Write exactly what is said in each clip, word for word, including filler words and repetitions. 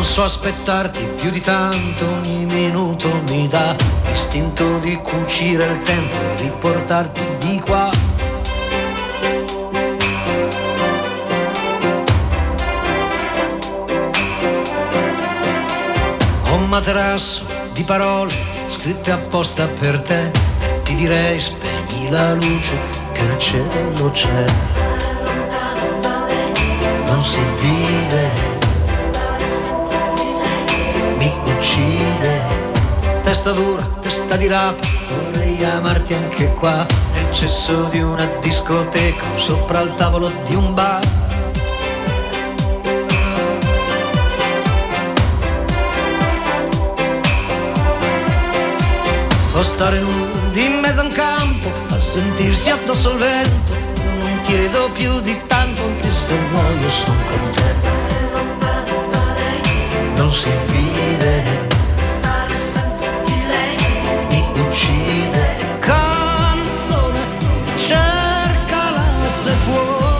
Non so aspettarti più di tanto, ogni minuto mi dà l'istinto di cucire il tempo e riportarti di qua. Ho un materasso di parole scritte apposta per te e ti direi spegni la luce che nel cielo c'è. Non si vive, mi uccide, testa dura, testa di rapa, vorrei amarti anche qua, nel cesso di una discoteca, sopra il tavolo di un bar. O stare nudi in mezzo a un campo, a sentirsi addosso al vento, non chiedo più di tanto, anche se muoio son contento. Non si vive, stare senza di lei mi uccide. Canzone, cercala se può,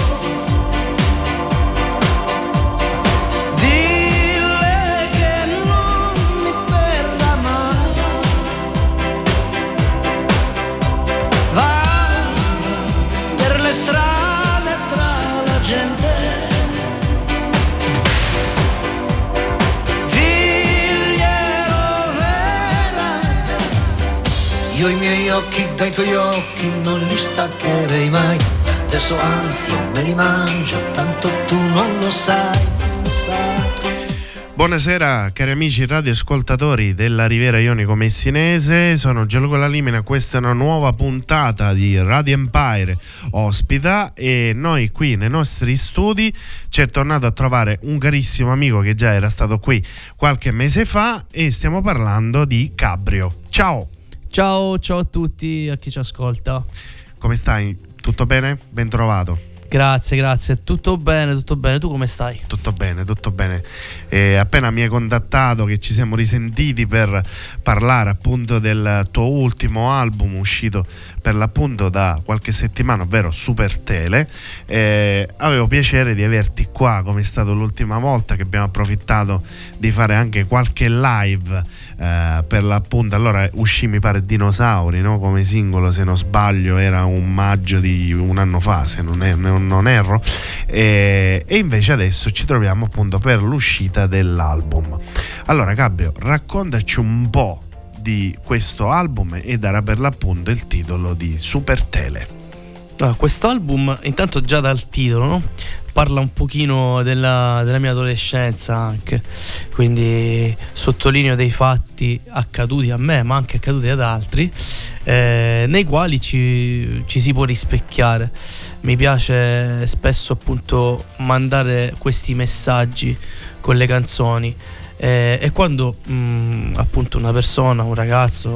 dille che non mi perda mai. Va per le strade tra la gente, io i miei occhi dai tuoi occhi non li staccherei mai. Adesso anzi io me li mangio, tanto tu non lo sai, non lo sai. Buonasera cari amici radioascoltatori della Riviera Ionico Messinese, sono Gianluca Lalimina, questa è una nuova puntata di Radio Empire Ospita e noi qui nei nostri studi ci è tornato a trovare un carissimo amico che già era stato qui qualche mese fa e stiamo parlando di Cabrio. Ciao! Ciao, ciao a tutti, a chi ci ascolta. Come stai? Tutto bene? Ben trovato. Grazie, grazie. Tutto bene, tutto bene. Tu come stai? Tutto bene, tutto bene. E appena mi hai contattato che ci siamo risentiti per parlare appunto del tuo ultimo album uscito per l'appunto da qualche settimana, ovvero Super Tele, eh, avevo piacere di averti qua come è stato l'ultima volta, che abbiamo approfittato di fare anche qualche live eh, per l'appunto. Allora uscì mi pare Dinosauri, no? Come singolo, se non sbaglio era un maggio di un anno fa, se non, è, non erro, e, e invece adesso ci troviamo appunto per l'uscita dell'album. Allora Cabrio, raccontaci un po' di questo album e darà per l'appunto il titolo di Super Tele. Ah, questo album, intanto già dal titolo, no? Parla un pochino della, della mia adolescenza anche, quindi sottolineo dei fatti accaduti a me ma anche accaduti ad altri, eh, nei quali ci, ci si può rispecchiare. Mi piace spesso appunto mandare questi messaggi con le canzoni, eh, e quando mh, appunto una persona, un ragazzo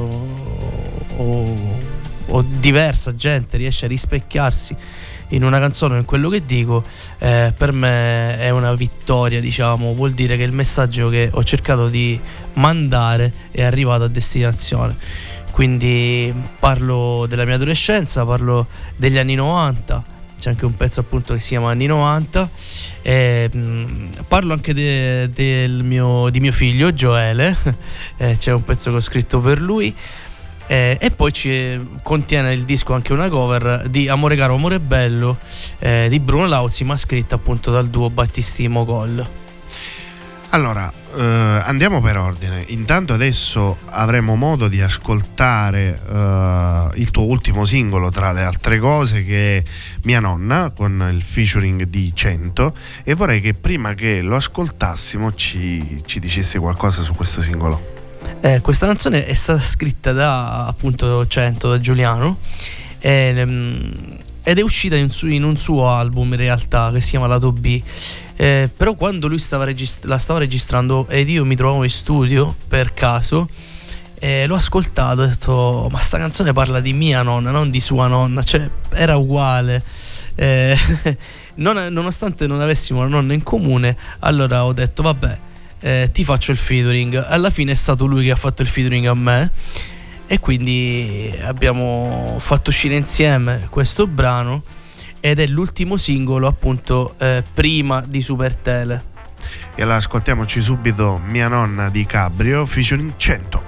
o, o diversa gente riesce a rispecchiarsi in una canzone, in quello che dico, eh, per me è una vittoria, diciamo. Vuol dire che il messaggio che ho cercato di mandare è arrivato a destinazione. Quindi parlo della mia adolescenza, parlo degli anni novanta, c'è anche un pezzo appunto che si chiama Anni novanta, e, mh, parlo anche de, del mio, di mio figlio Gioele, eh, c'è un pezzo che ho scritto per lui. Eh, e poi ci contiene il disco anche una cover di Amore caro, amore bello, eh, di Bruno Lauzi, ma scritta appunto dal duo Battisti Mogol. Allora, eh, andiamo per ordine. Intanto adesso avremo modo di ascoltare eh, il tuo ultimo singolo, tra le altre cose, che è Mia nonna, con il featuring di cento, e vorrei che prima che lo ascoltassimo ci, ci dicessi qualcosa su questo singolo. Eh, questa canzone è stata scritta da appunto cento, da Giuliano, e, um, ed è uscita in, su, in un suo album in realtà che si chiama Lato B, eh, però quando lui stava regist- la stava registrando ed io mi trovavo in studio per caso, eh, l'ho ascoltato e ho detto ma sta canzone parla di mia nonna, non di sua nonna, cioè era uguale, eh, non, nonostante non avessimo la nonna in comune. Allora ho detto vabbè, Eh, ti faccio il featuring. Alla fine è stato lui che ha fatto il featuring a me e quindi abbiamo fatto uscire insieme questo brano ed è l'ultimo singolo appunto eh, prima di Super Tele. e allora ascoltiamoci subito Mia nonna di Cabrio featuring cento.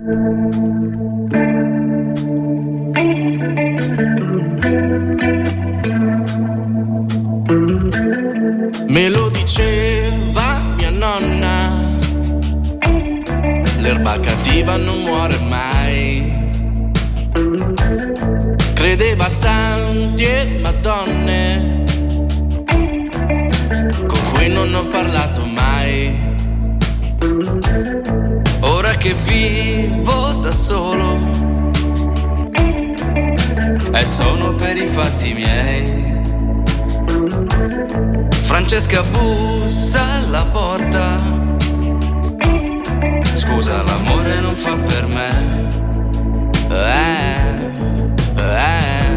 Me lo diceva mia nonna, l'erba cattiva non muore mai. Credeva a santi e madonne con cui non ho parlato mai. Ora che vivo da solo e sono per i fatti miei, Francesca bussa alla porta, scusa l'amore non fa per me. Eh, eh.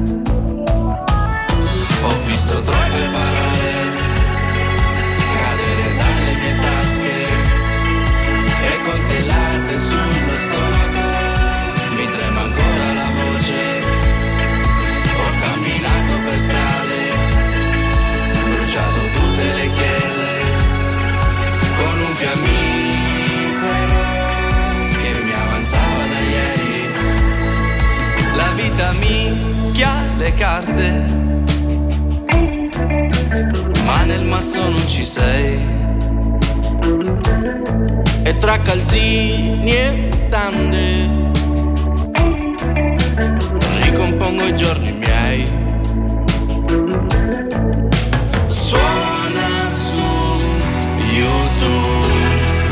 Ho visto troppe parole cadere dalle mie tasche e coltellate sullo stomaco. Mi trema ancora la voce. Ho camminato per strade, bruciato tutte le chiese con un fiammifero che mi avanzava da ieri. La vita mischia le carte, ma nel mazzo non ci sei. E tra calzini e tende ricompongo i giorni miei. Suona su YouTube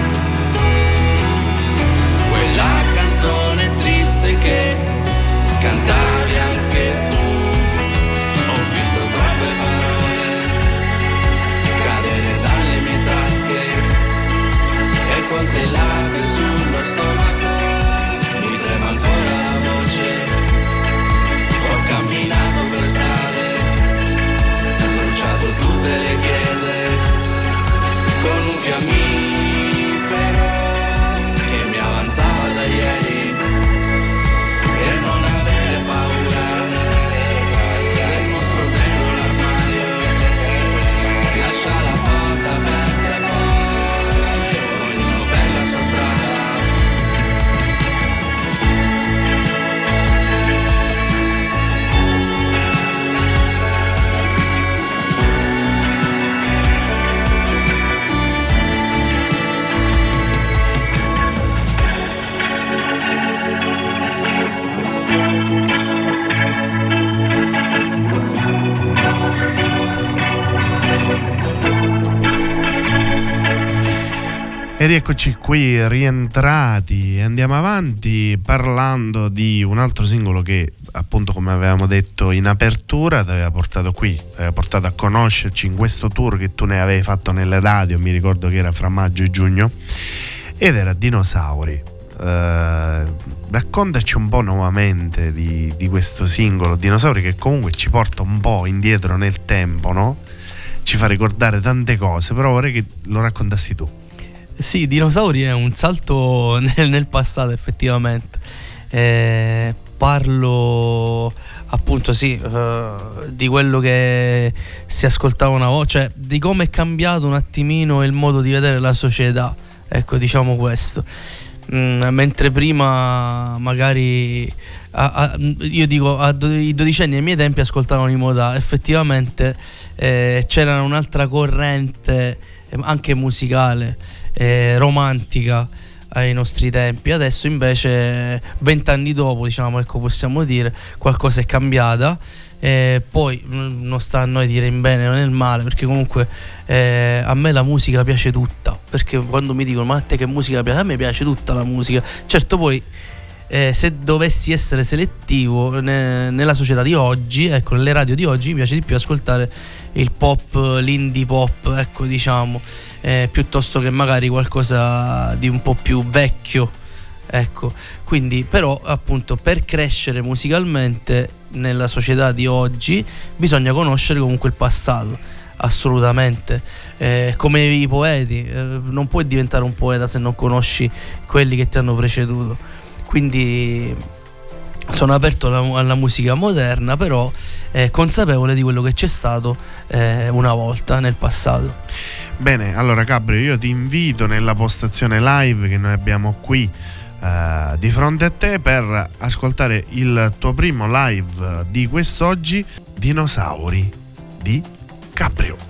quella canzone triste che cantavi anche tu. Ho visto troppe parole cadere dalle mie tasche e coltellate sullo stomaco. Mi trema ancora la voce. Ho camminato per strade, bruciato tutte le chiese con un fiammifero che mi avanzava da ieri. E non avere paura del mostro dentro l'armadio, lascia la porta aperta e poi ognuno per la sua strada. E rieccoci qui rientrati e andiamo avanti parlando di un altro singolo che, appunto, come avevamo detto in apertura, ti aveva portato qui, ti aveva portato a conoscerci in questo tour che tu ne avevi fatto nelle radio. Mi ricordo che era fra maggio e giugno, ed era Dinosauri. Eh, raccontaci un po' nuovamente di, di questo singolo Dinosauri, che comunque ci porta un po' indietro nel tempo, no? Ci fa ricordare tante cose, però vorrei che lo raccontassi tu. Sì, Dinosauri è un salto nel, nel passato, effettivamente. Eh, parlo appunto sì eh, di quello che si ascoltava una volta, cioè di come è cambiato un attimino il modo di vedere la società, ecco, diciamo questo. Mm, mentre prima magari a, a, io dico a do, i dodicenni ai miei tempi ascoltavano i Modà, effettivamente eh, c'era un'altra corrente eh, anche musicale, eh, romantica ai nostri tempi. Adesso invece, vent'anni dopo, diciamo, ecco, possiamo dire qualcosa è cambiata. Eh, poi non sta a noi dire in bene o nel male, perché comunque eh, a me la musica piace tutta, perché quando mi dicono ma a te che musica piace, a me piace tutta la musica. Certo, poi eh, se dovessi essere selettivo ne, nella società di oggi, ecco, nelle radio di oggi mi piace di più ascoltare il pop, l'indie pop, ecco, diciamo, eh, piuttosto che magari qualcosa di un po' più vecchio, ecco. Quindi, però, appunto, per crescere musicalmente nella società di oggi bisogna conoscere comunque il passato, assolutamente. Eh, come i poeti, eh, non puoi diventare un poeta se non conosci quelli che ti hanno preceduto. Quindi sono aperto alla, alla musica moderna, però eh, consapevole di quello che c'è stato eh, una volta nel passato. Bene, allora Cabrio, io ti invito nella postazione live che noi abbiamo qui uh, di fronte a te per ascoltare il tuo primo live di quest'oggi, Dinosauri di Cabrio.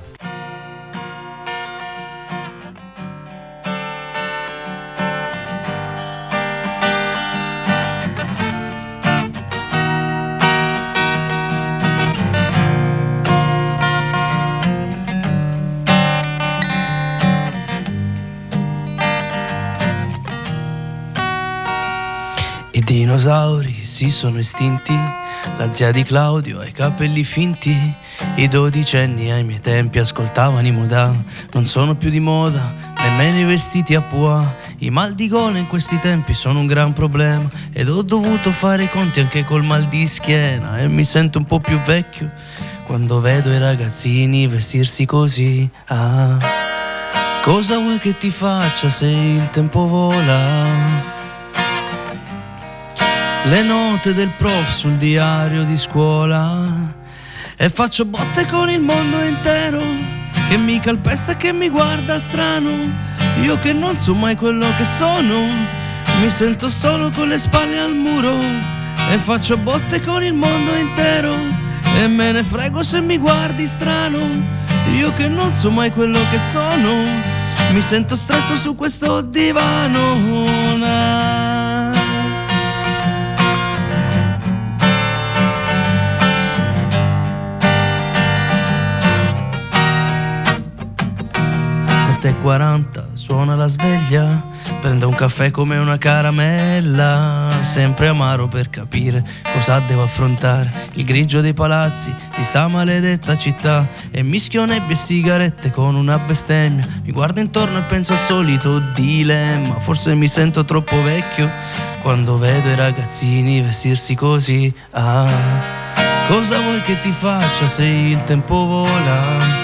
I dinosauri si sono estinti, la zia di Claudio ha i capelli finti, i dodicenni ai miei tempi ascoltavano i Modà, non sono più di moda, nemmeno i vestiti a pois, i mal di gola in questi tempi sono un gran problema ed ho dovuto fare i conti anche col mal di schiena e mi sento un po' più vecchio quando vedo i ragazzini vestirsi così. Ah, cosa vuoi che ti faccia se il tempo vola? Le note del prof sul diario di scuola e faccio botte con il mondo intero che mi calpesta e che mi guarda strano. Io che non so mai quello che sono, mi sento solo con le spalle al muro e faccio botte con il mondo intero e me ne frego se mi guardi strano. Io che non so mai quello che sono, mi sento stretto su questo divano. sette e quaranta suona la sveglia, prendo un caffè come una caramella, sempre amaro per capire cosa devo affrontare, il grigio dei palazzi di sta maledetta città, e mischio nebbie e sigarette con una bestemmia, mi guardo intorno e penso al solito dilemma, forse mi sento troppo vecchio quando vedo i ragazzini vestirsi così. Ah, cosa vuoi che ti faccia se il tempo vola?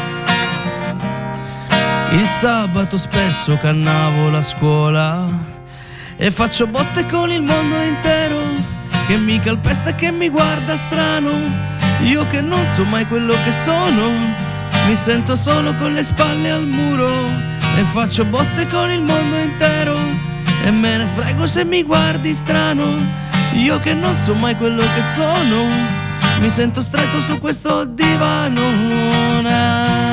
Il sabato spesso cannavo la scuola e faccio botte con il mondo intero che mi calpesta e che mi guarda strano. Io che non so mai quello che sono, mi sento solo con le spalle al muro e faccio botte con il mondo intero e me ne frego se mi guardi strano. Io che non so mai quello che sono, mi sento stretto su questo divano.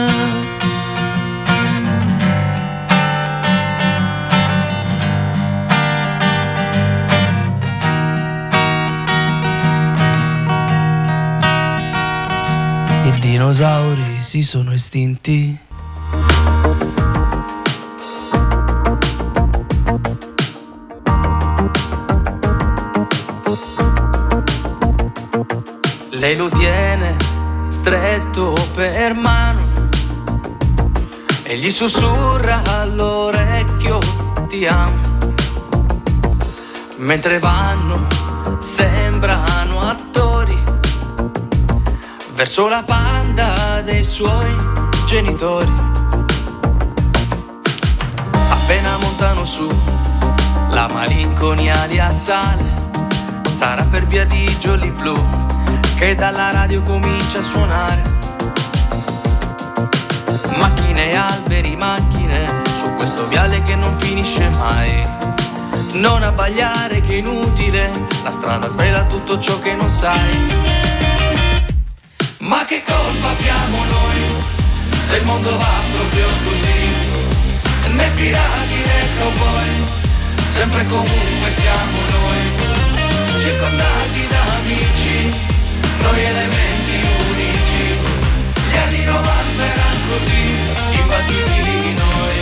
I dinosauri si sono estinti. Lei lo tiene stretto per mano e gli sussurra all'orecchio ti amo, mentre vanno, sembrano attori, verso la panda dei suoi genitori. Appena montano su, la malinconia li assale, sarà per via di Jolly Blue che dalla radio comincia a suonare. Macchine, alberi, macchine, su questo viale che non finisce mai. Non abbagliare che è inutile, la strada svela tutto ciò che non sai. Ma che colpa abbiamo noi, se il mondo va proprio così? Né pirati né cowboy, sempre e comunque siamo noi, circondati da amici, noi elementi unici. Gli anni novanta erano così, imbattibili noi,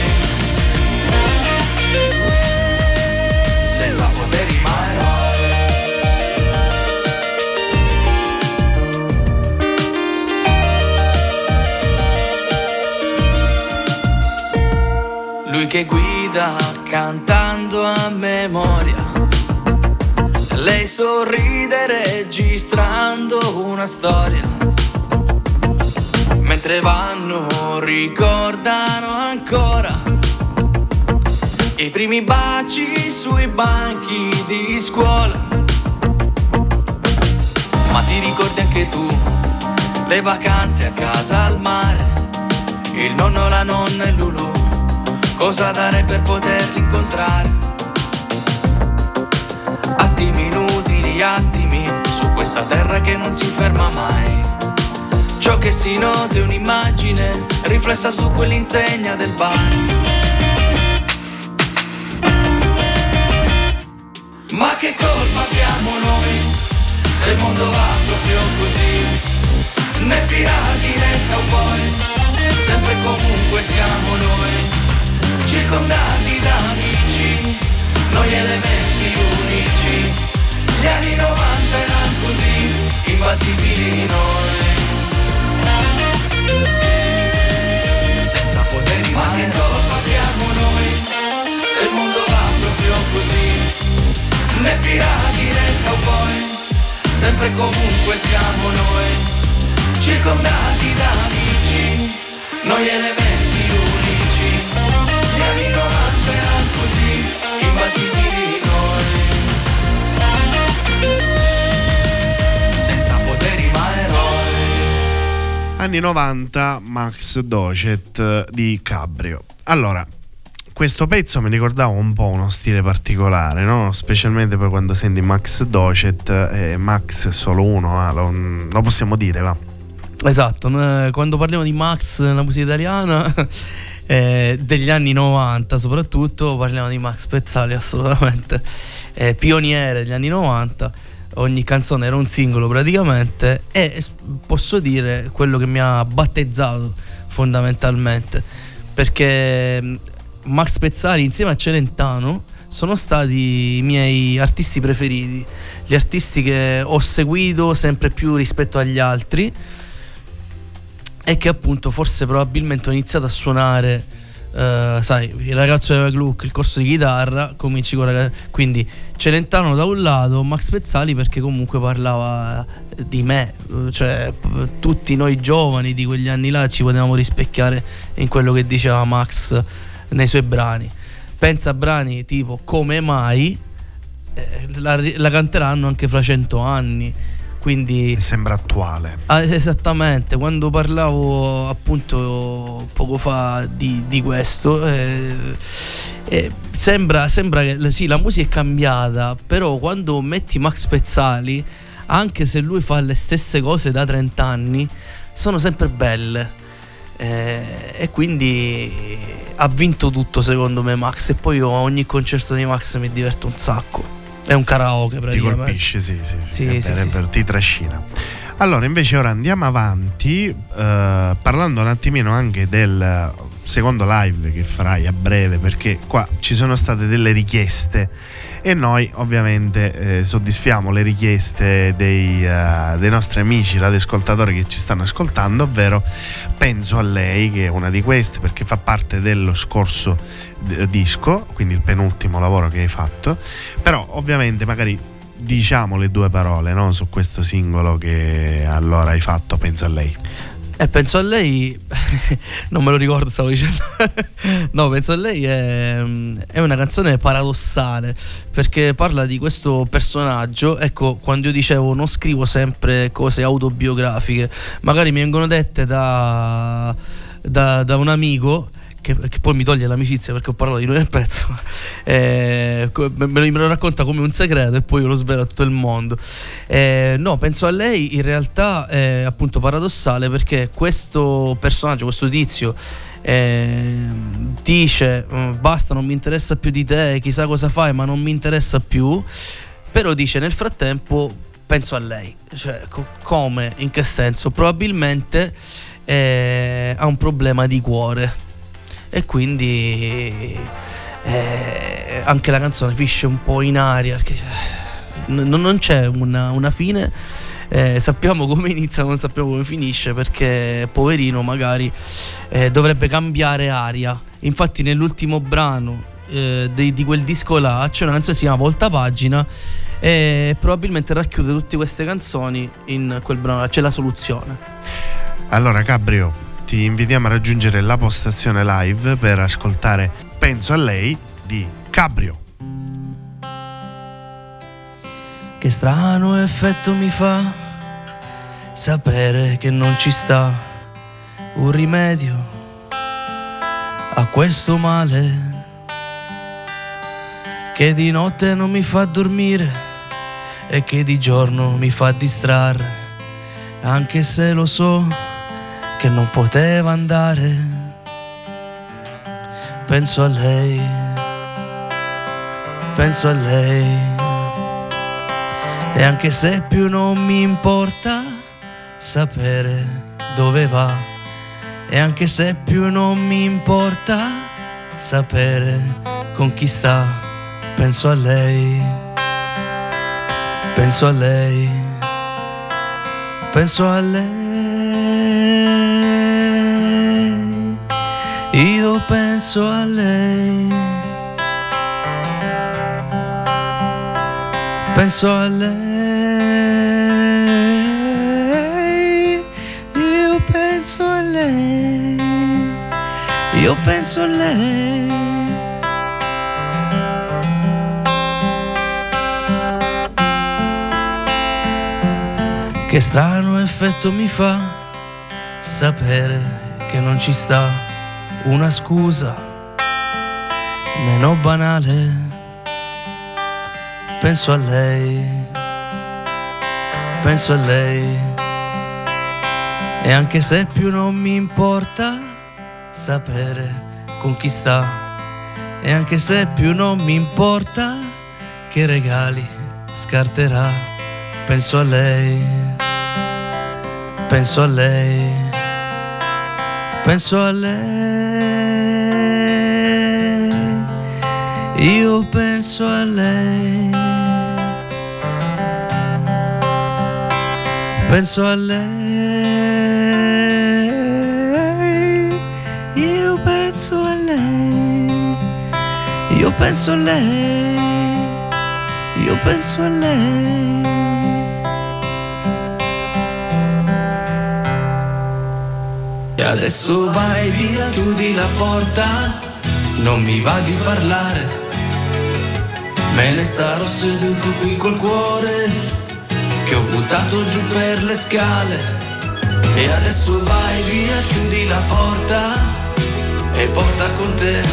senza poteri mai. Lui che guida cantando a memoria, lei sorride registrando una storia, mentre vanno ricordano ancora i primi baci sui banchi di scuola. Ma ti ricordi anche tu le vacanze a casa al mare, il nonno, la nonna e Lulu, cosa dare per poterli incontrare? Attimi inutili, attimi, su questa terra che non si ferma mai. Ciò che si nota è un'immagine riflessa su quell'insegna del bar. Ma che colpa abbiamo noi, se il mondo va proprio così? Né pirati né cowboy, sempre e comunque siamo noi, circondati da amici, noi elementi unici. Gli anni novanta erano così, imbattibili noi, senza poteri. Ma che colpa abbiamo noi, se il mondo va proprio così? Né pirati né cowboy, sempre e comunque siamo noi, circondati da amici, noi elementi unici. Gli anni novanta erano così, imbattibili noi, senza poteri ma eroi. Anni novanta, Max Docet di Cabrio. Allora, questo pezzo mi ricordava un po' uno stile particolare, no? Specialmente poi quando senti Max Docet, eh, Max è solo uno, ah, lo, lo possiamo dire, va? Esatto, quando parliamo di Max nella musica italiana eh, degli anni novanta soprattutto, parliamo di Max Pezzali assolutamente, eh, pioniere degli anni novanta. Ogni canzone era un singolo praticamente, e posso dire quello che mi ha battezzato fondamentalmente, perché Max Pezzali insieme a Celentano sono stati i miei artisti preferiti, gli artisti che ho seguito sempre più rispetto agli altri, e che appunto forse probabilmente ho iniziato a suonare, uh, sai, il ragazzo della Gluck, il corso di chitarra, cominci con ragazzi, quindi Celentano da un lato, Max Pezzali perché comunque parlava di me, cioè tutti noi giovani di quegli anni là ci potevamo rispecchiare in quello che diceva Max nei suoi brani. Pensa a brani tipo Come mai, eh, la, la canteranno anche fra cento anni, quindi sembra attuale. Ah, esattamente, quando parlavo appunto poco fa di, di questo, eh, eh, sembra, sembra che sì, la musica è cambiata, però quando metti Max Pezzali, anche se lui fa le stesse cose da trenta anni, sono sempre belle. Eh, e quindi ha vinto tutto secondo me Max, e poi io a ogni concerto di Max mi diverto un sacco. È un karaoke praticamente. Ti colpisce, sì, sì, sì, sì, è sì, vero, sì, è vero, sì. Ti trascina. Allora invece ora andiamo avanti, eh, parlando un attimino anche del secondo live che farai a breve, perché qua ci sono state delle richieste e noi ovviamente eh, soddisfiamo le richieste dei, uh, dei nostri amici radioascoltatori che ci stanno ascoltando, ovvero Penso a lei, che è una di queste perché fa parte dello scorso d- disco, quindi il penultimo lavoro che hai fatto. Però ovviamente magari diciamo le due parole, no? Su questo singolo che allora hai fatto, Penso a lei. E penso a lei, non me lo ricordo, stavo dicendo. No, Penso a lei è, è una canzone paradossale, perché parla di questo personaggio. Ecco, quando io dicevo non scrivo sempre cose autobiografiche, magari mi vengono dette da, da, da un amico Che, che poi mi toglie l'amicizia perché ho parlato di lui nel pezzo, eh, me, lo, me lo racconta come un segreto e poi io lo svelo a tutto il mondo. Eh, no, Penso a lei in realtà è appunto paradossale, perché questo personaggio, questo tizio, eh, dice basta, non mi interessa più di te, chissà cosa fai ma non mi interessa più, però dice nel frattempo penso a lei, cioè co- come, in che senso? Probabilmente eh, ha un problema di cuore. E quindi eh, anche la canzone finisce un po' in aria, perché n- non c'è una, una fine, eh, sappiamo come inizia, non sappiamo come finisce, perché poverino magari eh, dovrebbe cambiare aria. Infatti nell'ultimo brano eh, di, di quel disco là c'è una canzone che si chiama Volta Pagina, e probabilmente racchiude tutte queste canzoni in quel brano là. C'è la soluzione. Allora Cabrio, ti invitiamo a raggiungere la postazione live per ascoltare Penso a lei di Cabrio. Che strano effetto mi fa sapere che non ci sta un rimedio a questo male che di notte non mi fa dormire e che di giorno mi fa distrarre, anche se lo so che non poteva andare. Penso a lei, penso a lei, e anche se più non mi importa sapere dove va, e anche se più non mi importa sapere con chi sta, penso a lei, penso a lei, penso a lei, io penso a lei, penso a lei, io penso a lei, io penso a lei. Che strano effetto mi fa sapere che non ci sta una scusa meno banale. Penso a lei, penso a lei, e anche se più non mi importa sapere con chi sta, e anche se più non mi importa che regali scarterà, penso a lei, penso a lei, penso a lei, io penso a lei, penso a lei, io penso a lei, io penso a lei, io penso a lei. E adesso vai via, chiudi la porta, non mi va di parlare, me ne starò seduto qui col cuore che ho buttato giù per le scale. E adesso vai via, chiudi la porta e porta con te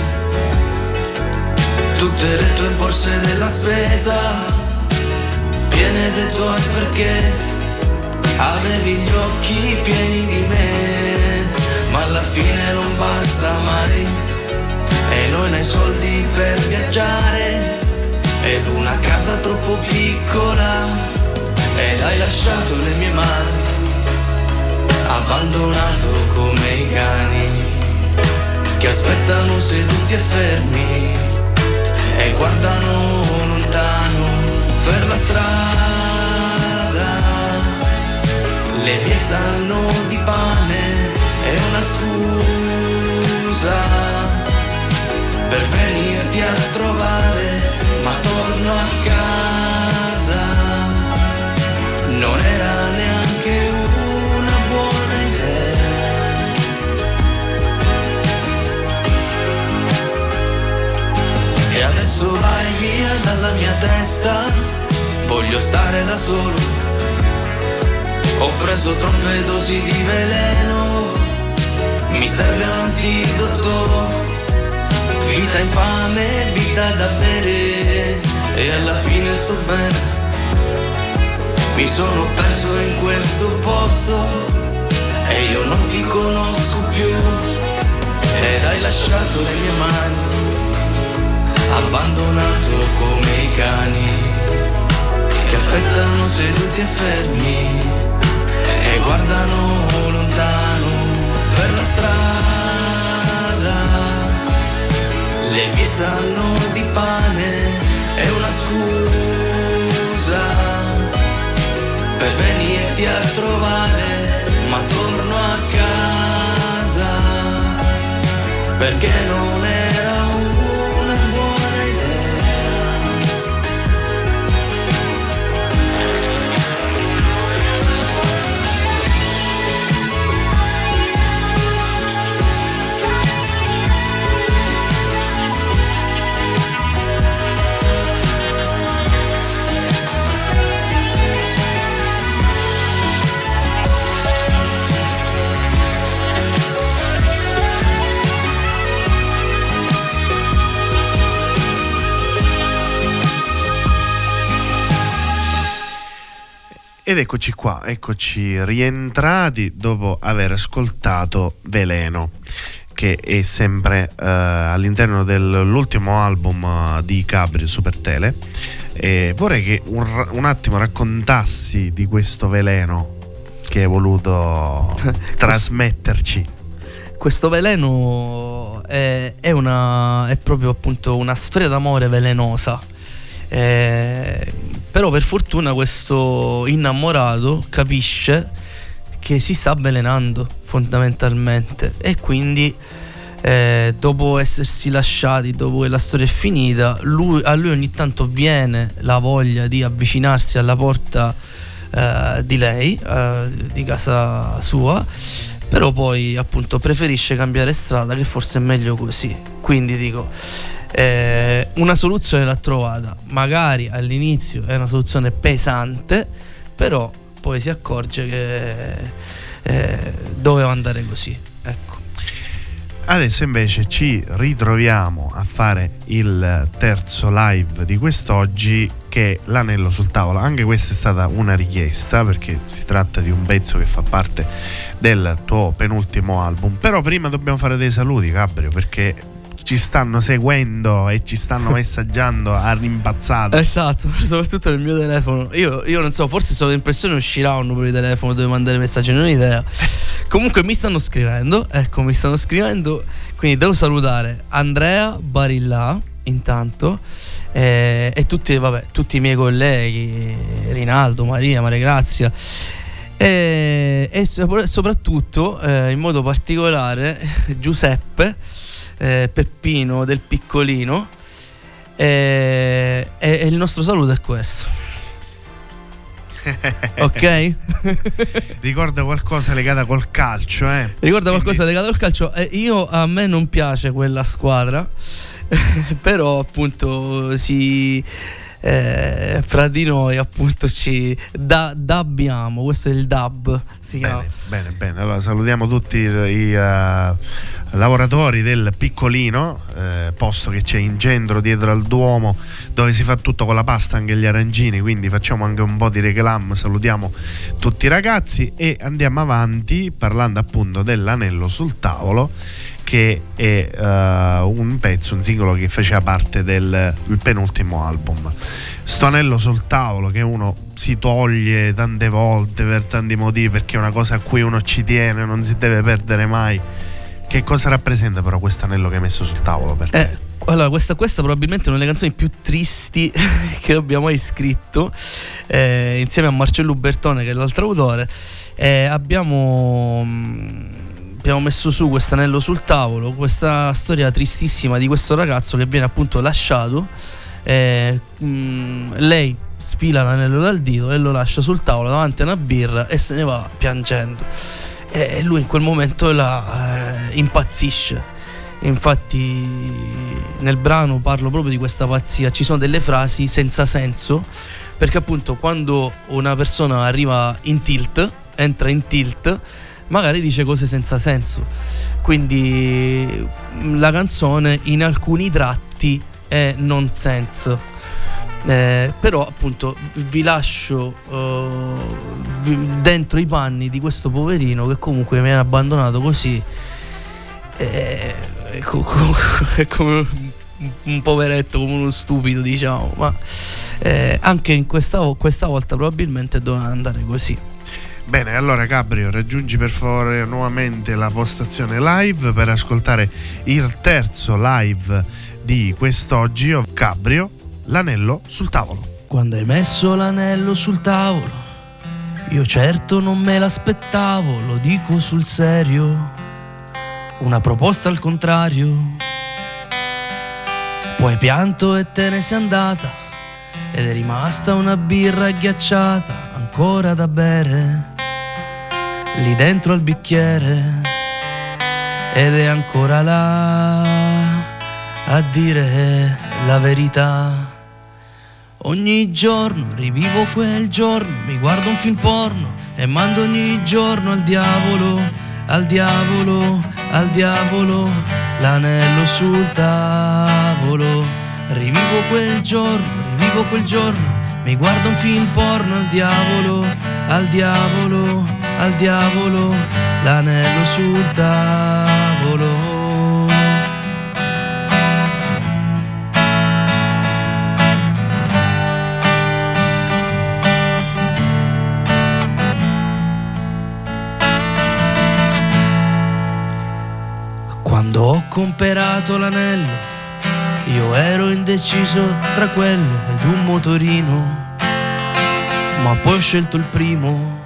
tutte le tue borse della spesa piene dei tuoi perché avevi gli occhi pieni di me, ma alla fine non basta mai, e non hai soldi per viaggiare, ed una casa troppo piccola, ed hai lasciato le mie mani, abbandonato come i cani, che aspettano seduti e fermi, e guardano lontano per la strada, le vie sanno di pane, è una scusa per venirti a trovare, ma torno a casa, non era neanche una buona idea. E adesso vai via dalla mia testa, voglio stare da solo, ho preso troppe dosi di veleno, mi serve un antidoto, vita infame, vita da bere, e alla fine sto bene, mi sono perso in questo posto, e io non ti conosco più, ed hai lasciato le mie mani, abbandonato come i cani, che aspettano seduti e fermi, e guardano lontano per la strada, le vie sanno di pane, è una scusa per venirti a trovare, ma torno a casa perché non era una buona idea. Ed eccoci qua, eccoci rientrati dopo aver ascoltato Veleno, che è sempre uh, all'interno dell'ultimo album uh, di Cabrio Supertele. E vorrei che un, un attimo raccontassi di questo veleno che hai voluto trasmetterci. Questo veleno è, è, una, è proprio appunto una storia d'amore velenosa. Eh, però per fortuna questo innamorato capisce che si sta avvelenando fondamentalmente, e quindi eh, dopo essersi lasciati, dopo che la storia è finita, lui, a lui ogni tanto viene la voglia di avvicinarsi alla porta eh, di lei, eh, di casa sua, però poi appunto preferisce cambiare strada, che forse è meglio così. Quindi dico, Eh, una soluzione l'ha trovata. Magari all'inizio è una soluzione pesante, però poi si accorge che eh, doveva andare così. Ecco. Adesso invece ci ritroviamo a fare il terzo live di quest'oggi, che è L'anello sul tavolo. Anche questa è stata una richiesta, perché si tratta di un pezzo che fa parte del tuo penultimo album. Però prima dobbiamo fare dei saluti, Cabrio, perché ci stanno seguendo e ci stanno messaggiando a rimpazzata. Esatto, soprattutto nel mio telefono. Io, io non so, forse solo l'impressione uscirà un numero di telefono dove mandare messaggi, non ho idea. Comunque mi stanno scrivendo, ecco, mi stanno scrivendo. Quindi devo salutare Andrea Barilla intanto, eh, e tutti, vabbè, tutti i miei colleghi, Rinaldo, Maria, Maria Grazia, e, e soprattutto eh, in modo particolare Giuseppe, Eh, Peppino del Piccolino, eh, e, e il nostro saluto è questo. Ok? Ricorda qualcosa legata col calcio, eh? Ricorda qualcosa legato al calcio. eh, Io, a me non piace quella squadra, però appunto si eh, fra di noi appunto ci da, dabbiamo. Questo è il dub, si chiama. Bene, bene, bene. Allora salutiamo tutti i uh, lavoratori del Piccolino, eh, posto che c'è in centro dietro al Duomo, dove si fa tutto con la pasta, anche gli arancini, quindi facciamo anche un po' di reclam, salutiamo tutti i ragazzi e andiamo avanti parlando appunto dell'anello sul tavolo, che è uh, un pezzo, un singolo che faceva parte del penultimo album. Sto anello sul tavolo che uno si toglie tante volte per tanti motivi, perché è una cosa a cui uno ci tiene, non si deve perdere mai. Che cosa rappresenta però questo anello che hai messo sul tavolo per te? Eh, allora, questa, questa probabilmente è una delle canzoni più tristi che abbia mai scritto, eh, insieme a Marcello Bertone, che è l'altro autore. Eh, abbiamo... abbiamo messo su questo anello sul tavolo, questa storia tristissima di questo ragazzo che viene appunto lasciato. eh, mh, lei sfila l'anello dal dito e lo lascia sul tavolo davanti a una birra e se ne va piangendo, e lui in quel momento la eh, impazzisce. Infatti nel brano parlo proprio di questa pazzia. Ci sono delle frasi senza senso, perché appunto quando una persona arriva in tilt, entra in tilt, magari dice cose senza senso. Quindi la canzone in alcuni tratti è nonsense. Eh, però appunto vi lascio uh, dentro i panni di questo poverino che comunque mi ha abbandonato così. Eh, è, co- co- è come un poveretto, come uno stupido, diciamo. Ma eh, anche in questa, questa volta probabilmente doveva andare così. Bene, allora Cabrio, raggiungi per favore nuovamente la postazione live per ascoltare il terzo live di quest'oggi. Cabrio, l'anello sul tavolo. Quando hai messo l'anello sul tavolo, io certo non me l'aspettavo, lo dico sul serio, una proposta al contrario. Poi pianto e te ne sei andata, ed è rimasta una birra ghiacciata ancora da bere lì dentro al bicchiere, ed è ancora là a dire la verità. Ogni giorno rivivo quel giorno, mi guardo un film porno e mando ogni giorno al diavolo, al diavolo, al diavolo, l'anello sul tavolo. Rivivo quel giorno, rivivo quel giorno, mi guardo un film porno al diavolo, al diavolo, al diavolo, l'anello sul tavolo. Quando ho comperato l'anello, io ero indeciso tra quello ed un motorino, ma poi ho scelto il primo.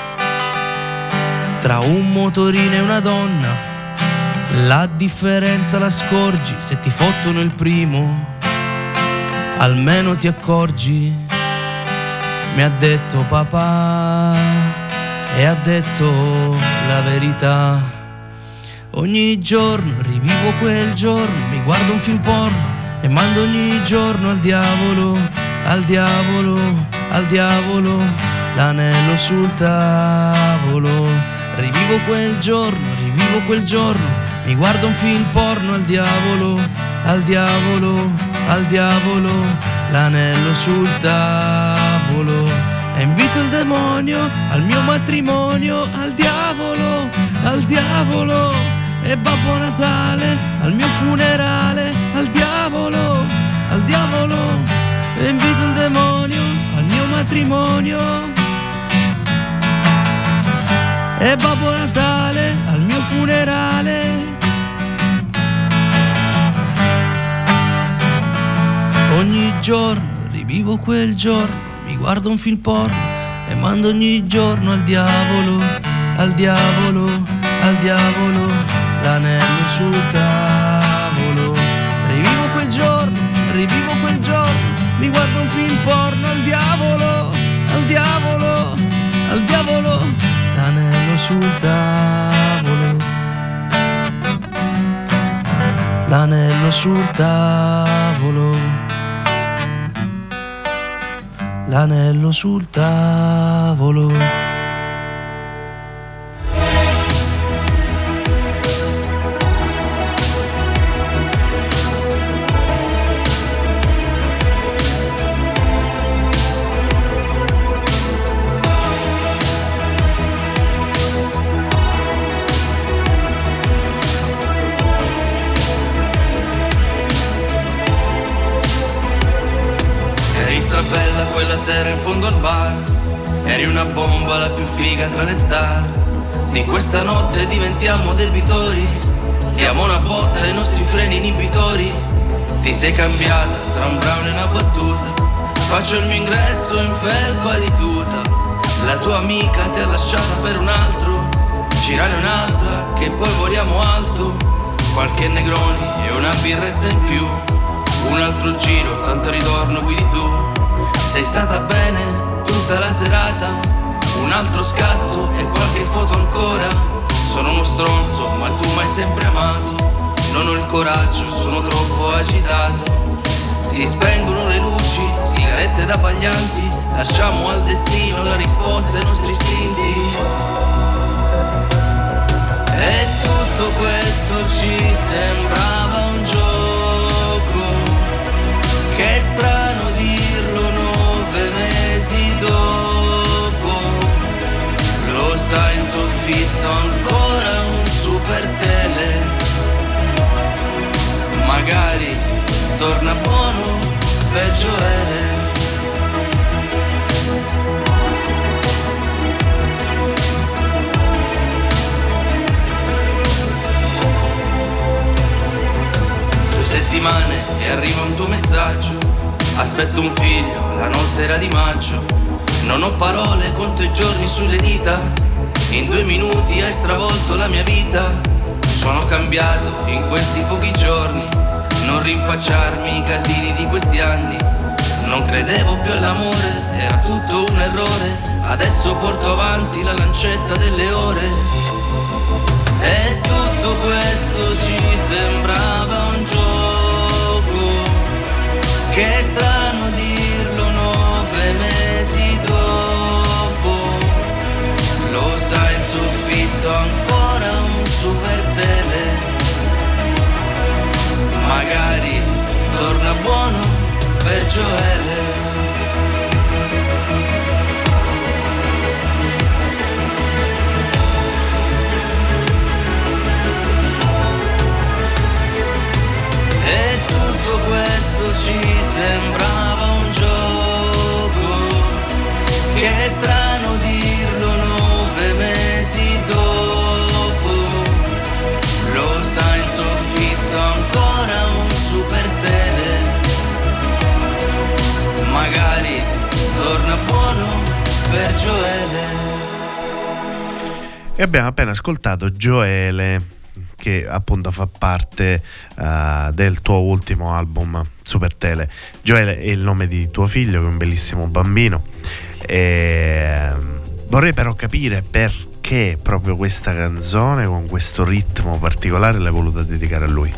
Tra un motorino e una donna, la differenza la scorgi se ti fottono il primo. Almeno ti accorgi, mi ha detto papà, e ha detto la verità. Ogni giorno rivivo quel giorno, mi guardo un film porno e mando ogni giorno al diavolo, al diavolo, al diavolo, l'anello sul tavolo. Rivivo quel giorno, rivivo quel giorno, mi guardo un film porno al diavolo, al diavolo, al diavolo, l'anello sul tavolo. E invito il demonio al mio matrimonio, al diavolo, al diavolo. E Babbo Natale al mio funerale, al diavolo, al diavolo. E invito il demonio al mio matrimonio. E Babbo Natale al mio funerale. Ogni giorno rivivo quel giorno, mi guardo un film porno e mando ogni giorno al diavolo, al diavolo, al diavolo, l'anello sul tavolo. Rivivo quel giorno, rivivo quel giorno, mi guardo un film porno al diavolo, al diavolo, al diavolo, l'anello sul tavolo, l'anello sul tavolo, l'anello sul tavolo. Quella sera in fondo al bar, eri una bomba, la più figa tra le star. Di questa notte diventiamo debitori, diamo una botta ai nostri freni inibitori. Ti sei cambiata tra un brown e una battuta, faccio il mio ingresso in felpa di tuta. La tua amica ti ha lasciata per un altro, girare un'altra che poi voliamo alto. Qualche negroni e una birretta in più, un altro giro, tanto ritorno guidi tu. Sei stata bene tutta la serata, un altro scatto e qualche foto ancora. Sono uno stronzo ma tu m'hai sempre amato, non ho il coraggio, sono troppo agitato. Si spengono le luci, sigarette da paglianti, lasciamo al destino la risposta ai nostri istinti. E tutto questo ci sembrava un gioco, che è strano dirlo nove mesi dopo. Lo sai, in soffitto ancora un super tele, magari torna buono per Gioele. Due settimane e arriva un tuo messaggio, aspetto un figlio, la notte era di maggio. Non ho parole, conto i giorni sulle dita, in due minuti hai stravolto la mia vita. Sono cambiato in questi pochi giorni, non rinfacciarmi i casini di questi anni. Non credevo più all'amore, era tutto un errore. Adesso porto avanti la lancetta delle ore. E tutto questo ci sembrava un gioco, che è strano dirlo nove mesi dopo. Lo sai, in soffitto ancora un super tele, magari torna buono per Gioele. E abbiamo appena ascoltato Gioele, che appunto fa parte uh, del tuo ultimo album Super Tele. Gioele è il nome di tuo figlio, che è un bellissimo bambino. Sì. E vorrei però capire perché proprio questa canzone con questo ritmo particolare l'hai voluta dedicare a lui.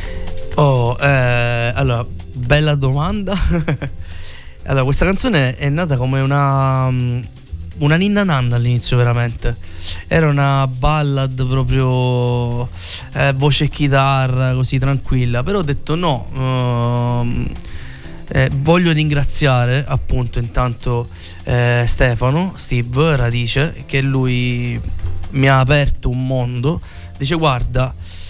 Oh, eh, allora, bella domanda. Allora, questa canzone è nata come una una ninna nanna all'inizio, veramente. Era una ballad proprio eh, voce e chitarra, così tranquilla. Però ho detto no, ehm, eh, voglio ringraziare appunto intanto eh, Stefano, Steve Radice, che lui mi ha aperto un mondo. Dice guarda,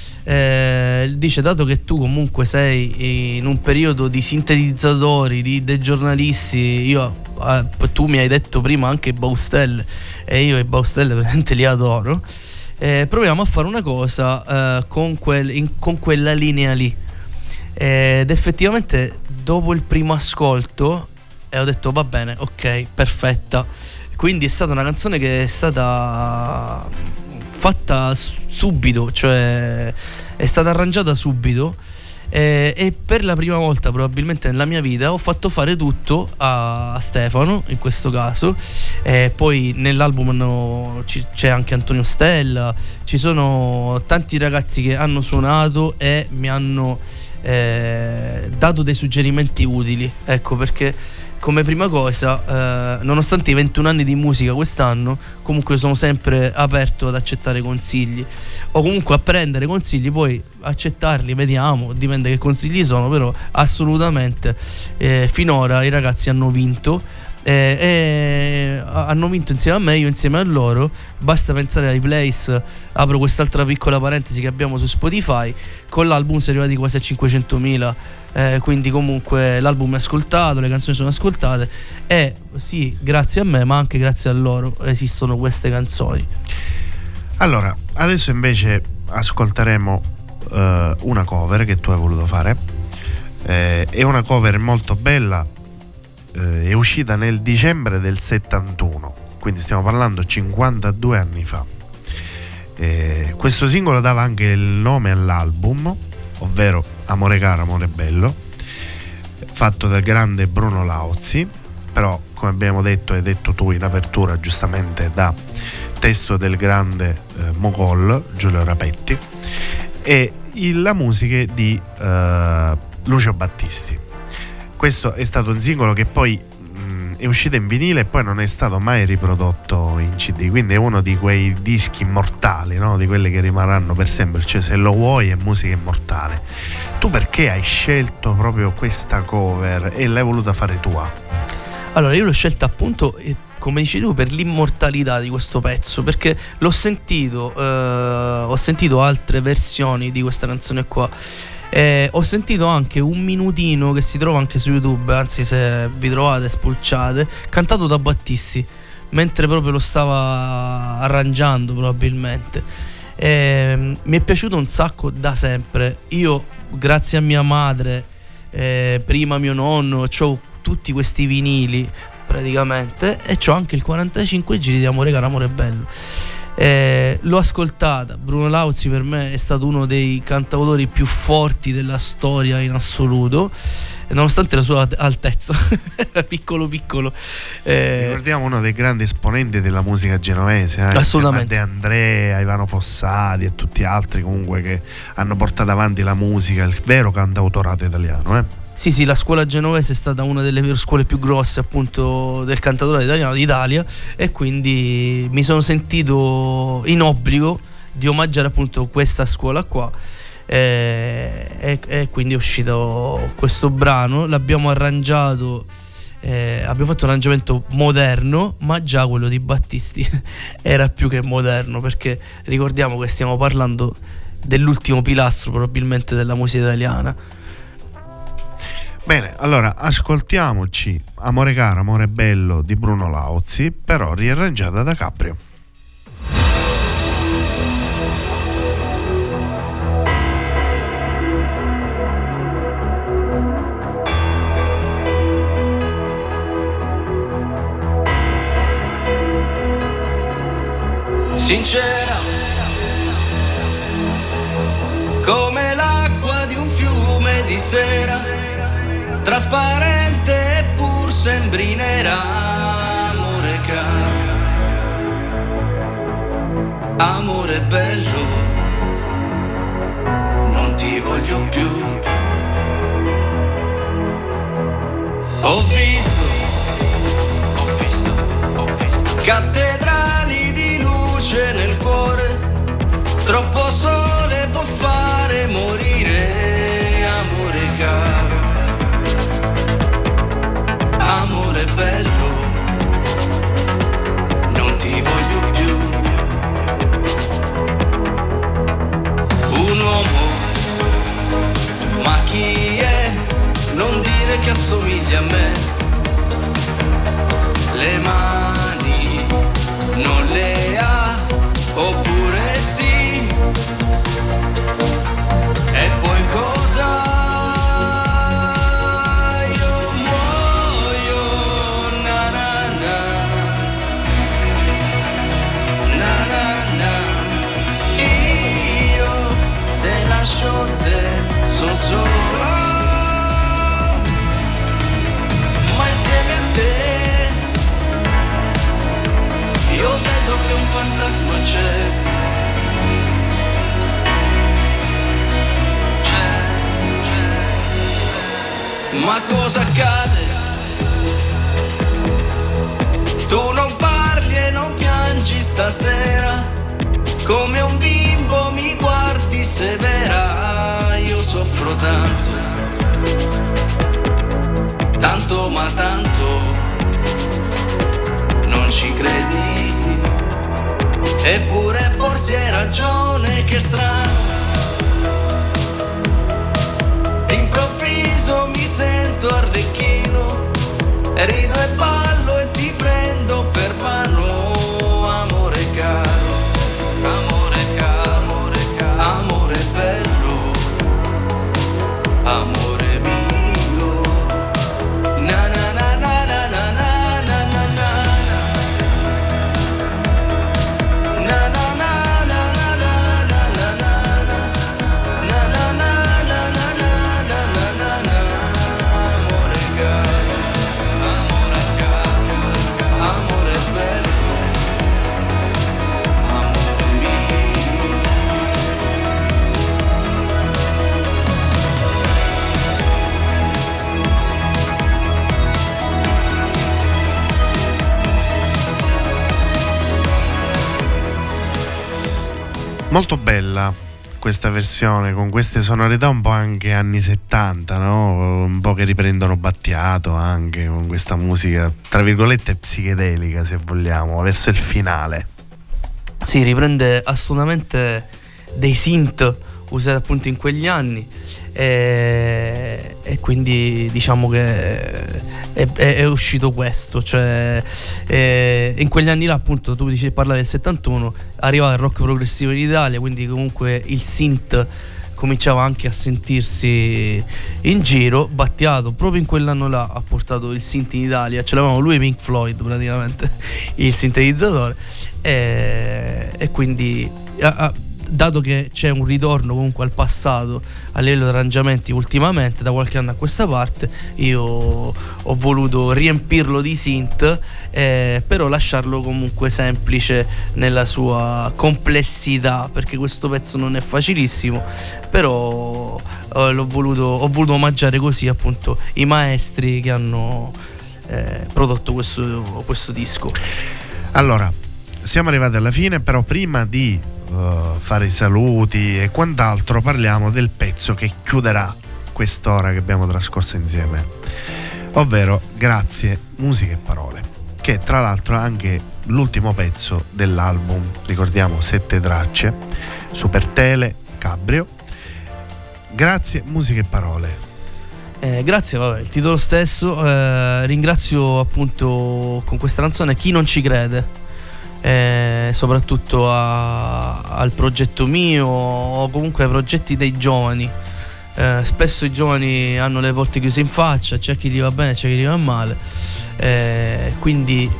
Eh, dice dato che tu comunque sei in un periodo di sintetizzatori, di, dei giornalisti, io eh, tu mi hai detto prima anche Baustelle, e io i Baustelle veramente li adoro, eh, proviamo a fare una cosa eh, con, quel, in, con quella linea lì, eh, ed effettivamente dopo il primo ascolto eh, ho detto va bene, ok, perfetta. Quindi è stata una canzone che è stata fatta subito, cioè è stata arrangiata subito, eh, e per la prima volta probabilmente nella mia vita ho fatto fare tutto a, a Stefano in questo caso. Eh, poi nell'album hanno, c- c'è anche Antonio Stella, ci sono tanti ragazzi che hanno suonato e mi hanno eh, dato dei suggerimenti utili, ecco perché come prima cosa, eh, nonostante i ventuno anni di musica quest'anno, comunque sono sempre aperto ad accettare consigli, o comunque a prendere consigli, poi accettarli, vediamo, dipende che consigli sono, però assolutamente eh, finora i ragazzi hanno vinto. Eh, eh, hanno vinto insieme a me, io insieme a loro. Basta pensare ai plays, apro quest'altra piccola parentesi che abbiamo su Spotify, con l'album si è arrivati quasi a cinquecentomila, eh, quindi comunque l'album è ascoltato, le canzoni sono ascoltate, e sì, grazie a me ma anche grazie a loro esistono queste canzoni. Allora, adesso invece ascolteremo uh, una cover che tu hai voluto fare, eh, è una cover molto bella. È uscita nel dicembre del settantuno, quindi stiamo parlando cinquantadue anni fa. Eh, questo singolo dava anche il nome all'album, ovvero Amore caro, amore bello, fatto dal grande Bruno Lauzi, però come abbiamo detto, hai detto tu in apertura giustamente, da testo del grande eh, Mogol Giulio Rapetti, e il, la musica di eh, Lucio Battisti. Questo è stato un singolo che poi mh, è uscito in vinile e poi non è stato mai riprodotto in C D, quindi è uno di quei dischi immortali, no? Di quelli che rimarranno per sempre, cioè se lo vuoi è musica immortale. Tu perché hai scelto proprio questa cover e l'hai voluta fare tua? Allora, io l'ho scelta appunto, come dici tu, per l'immortalità di questo pezzo, perché l'ho sentito, eh, ho sentito altre versioni di questa canzone qua. Eh, ho sentito anche un minutino che si trova anche su YouTube, anzi se vi trovate spulciate, cantato da Battisti mentre proprio lo stava arrangiando probabilmente. Eh, mi è piaciuto un sacco da sempre. Io grazie a mia madre, eh, prima mio nonno, c'ho tutti questi vinili praticamente, e c'ho anche il quarantacinque giri di Amore caro, amore bello. Eh, l'ho ascoltata. Bruno Lauzi per me è stato uno dei cantautori più forti della storia in assoluto, nonostante la sua altezza era piccolo piccolo, eh, ricordiamo uno dei grandi esponenti della musica genovese, eh, assolutamente, De Andrea, Ivano Fossati e tutti altri comunque che hanno portato avanti la musica, il vero cantautorato italiano, eh. Sì, sì, la scuola genovese è stata una delle scuole più grosse appunto del cantautore italiano d'Italia, e quindi mi sono sentito in obbligo di omaggiare appunto questa scuola qua, e, e, e quindi è uscito questo brano. L'abbiamo arrangiato, eh, abbiamo fatto un arrangiamento moderno, ma già quello di Battisti era più che moderno, perché ricordiamo che stiamo parlando dell'ultimo pilastro probabilmente della musica italiana. Bene, allora ascoltiamoci Amore caro, amore bello di Bruno Lauzi, però riarrangiata da Caprio. sincera, come l'acqua di un fiume di sera, trasparente eppur sembri nera, amore caro, amore bello, non ti voglio più. Ho visto, ho visto, ho visto cattedrali di luce nel cuore, troppo sole può fare morire, amore caro, amore bello, non ti voglio più. Un uomo, ma chi è? Non dire che assomiglia a me, le mani non le ha, oppure sì, e poi cosa? Io muoio, na na na, na na na, io se lascio te son solo, ma insieme a te io vedo che un fantasma c'è, c'è, c'è. Ma cosa accade? Tu non parli e non piangi stasera, come un bimbo mi guardi severa, io soffro tanto, tanto ma tanto, non ci credi, eppure forse hai ragione, che strano, d'improvviso mi sento arlecchino, rido e ballo e ti prendo per mano, amore caro, amore caro, amore caro, amore bello, amore mio, na na na na na na na. Molto bella questa versione, con queste sonorità un po' anche anni settanta, no? Un po' che riprendono Battiato, anche con questa musica tra virgolette psichedelica, se vogliamo, verso il finale. Sì, riprende assolutamente dei synth usati appunto in quegli anni, e, e quindi diciamo che è, è, è uscito questo, cioè è, in quegli anni là appunto tu dici, parlavi del settantuno, arrivava il rock progressivo in Italia, quindi comunque il synth cominciava anche a sentirsi in giro. Battiato proprio in quell'anno là ha portato il synth in Italia, ce l'avevamo lui e Pink Floyd praticamente il sintetizzatore, e, e quindi a, a, dato che c'è un ritorno comunque al passato a livello di arrangiamenti ultimamente, da qualche anno a questa parte, io ho voluto riempirlo di synth, eh, però lasciarlo comunque semplice nella sua complessità, perché questo pezzo non è facilissimo, però eh, l'ho voluto, ho voluto omaggiare così appunto i maestri che hanno eh, prodotto questo, questo disco. Allora, siamo arrivati alla fine, però prima di Uh, fare i saluti e quant'altro parliamo del pezzo che chiuderà quest'ora che abbiamo trascorso insieme, ovvero Grazie, musiche e parole, che tra l'altro è anche l'ultimo pezzo dell'album, ricordiamo sette tracce, Super Tele, Cabrio. Grazie, musiche e parole. Eh, grazie, vabbè, il titolo stesso. eh, ringrazio appunto con questa canzone chi non ci crede, Eh, soprattutto a, al progetto mio o comunque ai progetti dei giovani. Eh, spesso i giovani hanno le porte chiuse in faccia, c'è chi gli va bene, c'è chi gli va male, eh, quindi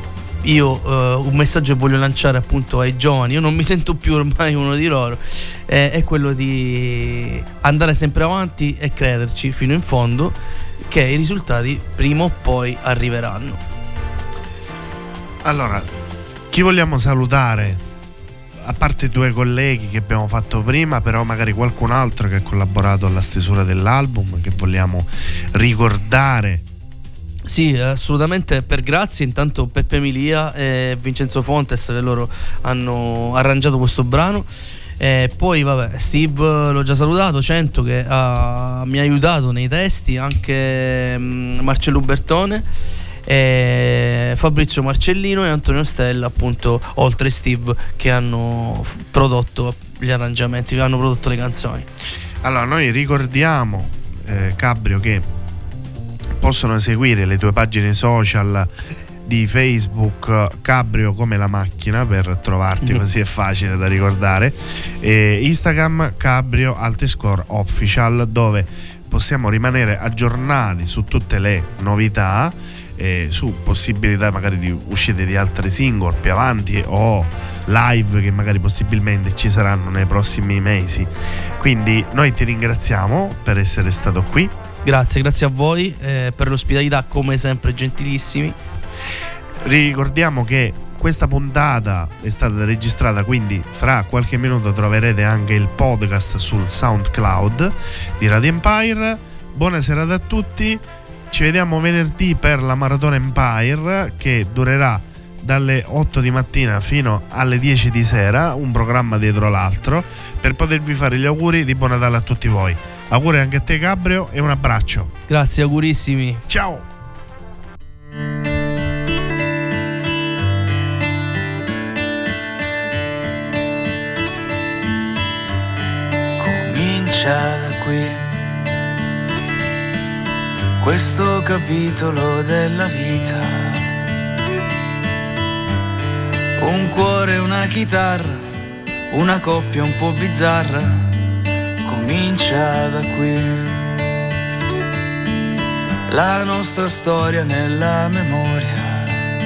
io uh, un messaggio che voglio lanciare appunto ai giovani, io non mi sento più ormai uno di loro, eh, è quello di andare sempre avanti e crederci fino in fondo che i risultati prima o poi arriveranno. Allora, chi vogliamo salutare? A parte i due colleghi che abbiamo fatto prima, però magari qualcun altro che ha collaborato alla stesura dell'album che vogliamo ricordare. Sì, assolutamente, per grazie intanto Peppe Emilia e Vincenzo Fontes, che loro hanno arrangiato questo brano. E poi vabbè, Steve l'ho già salutato, Cento, che ha, mi ha aiutato nei testi, anche um, Marcello Bertone, e Fabrizio Marcellino e Antonio Stella, appunto, oltre Steve, che hanno prodotto gli arrangiamenti, hanno prodotto le canzoni. Allora, noi ricordiamo eh, Cabrio che possono seguire le tue pagine social di Facebook, Cabrio come la macchina, per trovarti, così è facile da ricordare, e Instagram Cabrio Altescore Official, dove possiamo rimanere aggiornati su tutte le novità, eh, su possibilità magari di uscite di altri single più avanti o live che magari possibilmente ci saranno nei prossimi mesi. Quindi noi ti ringraziamo per essere stato qui. Grazie, grazie a voi eh, per l'ospitalità, come sempre gentilissimi. Ricordiamo che questa puntata è stata registrata, quindi fra qualche minuto troverete anche il podcast sul SoundCloud di Radio Empire. Buona serata a tutti, ci vediamo venerdì per la Maratona Empire, che durerà dalle otto di mattina fino alle dieci di sera, un programma dietro l'altro, per potervi fare gli auguri di buon Natale a tutti voi. Auguri anche a te Cabrio e un abbraccio. Grazie, augurissimi. Ciao. Comincia da qui questo capitolo della vita. Un cuore, una chitarra, una coppia un po' bizzarra. Comincia da qui la nostra storia nella memoria.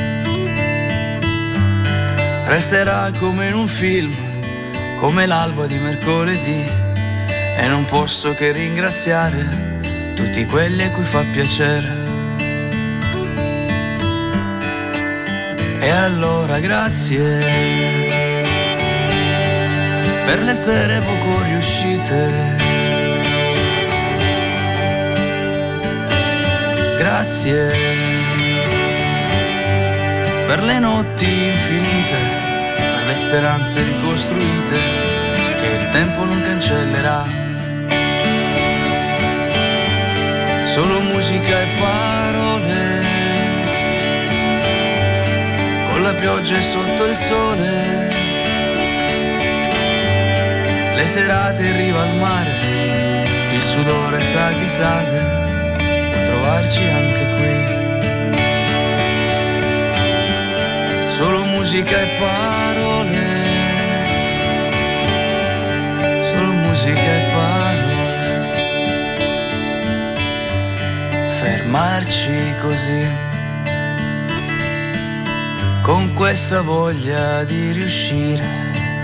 Resterà come in un film, come l'alba di mercoledì. E non posso che ringraziare tutti quelli a cui fa piacere. E allora grazie per le sere poco riuscite. Grazie per le notti infinite, per le speranze ricostruite che il tempo non cancellerà. Solo musica e parole, con la pioggia e sotto il sole. Le serate in riva al mare, il sudore sa di sale, puoi trovarci anche qui. Solo musica e parole, solo musica e parole. Fermarci così, con questa voglia di riuscire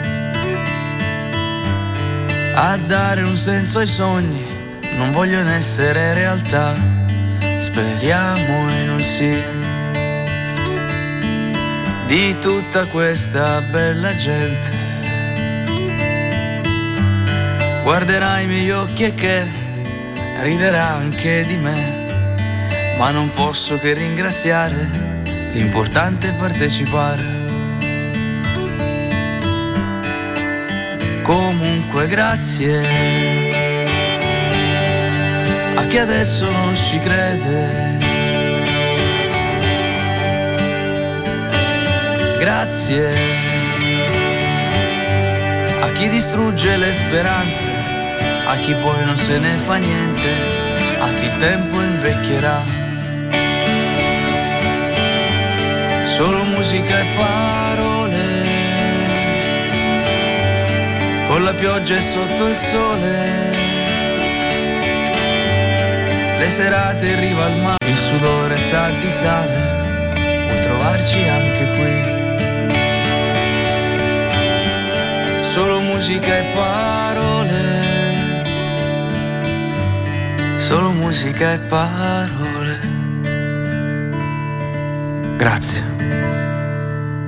a dare un senso ai sogni, non vogliono essere realtà, speriamo in un sì. Di tutta questa bella gente guarderà i miei occhi e che riderà anche di me, ma non posso che ringraziare, l'importante è partecipare. Comunque grazie a chi adesso non ci crede. Grazie a chi distrugge le speranze, a chi poi non se ne fa niente, a chi il tempo invecchierà. Solo musica e parole, con la pioggia e sotto il sole. Le serate in riva al mare, il sudore sa di sale, puoi trovare trovarci anche qui. Solo musica e parole, solo musica e parole. Grazie.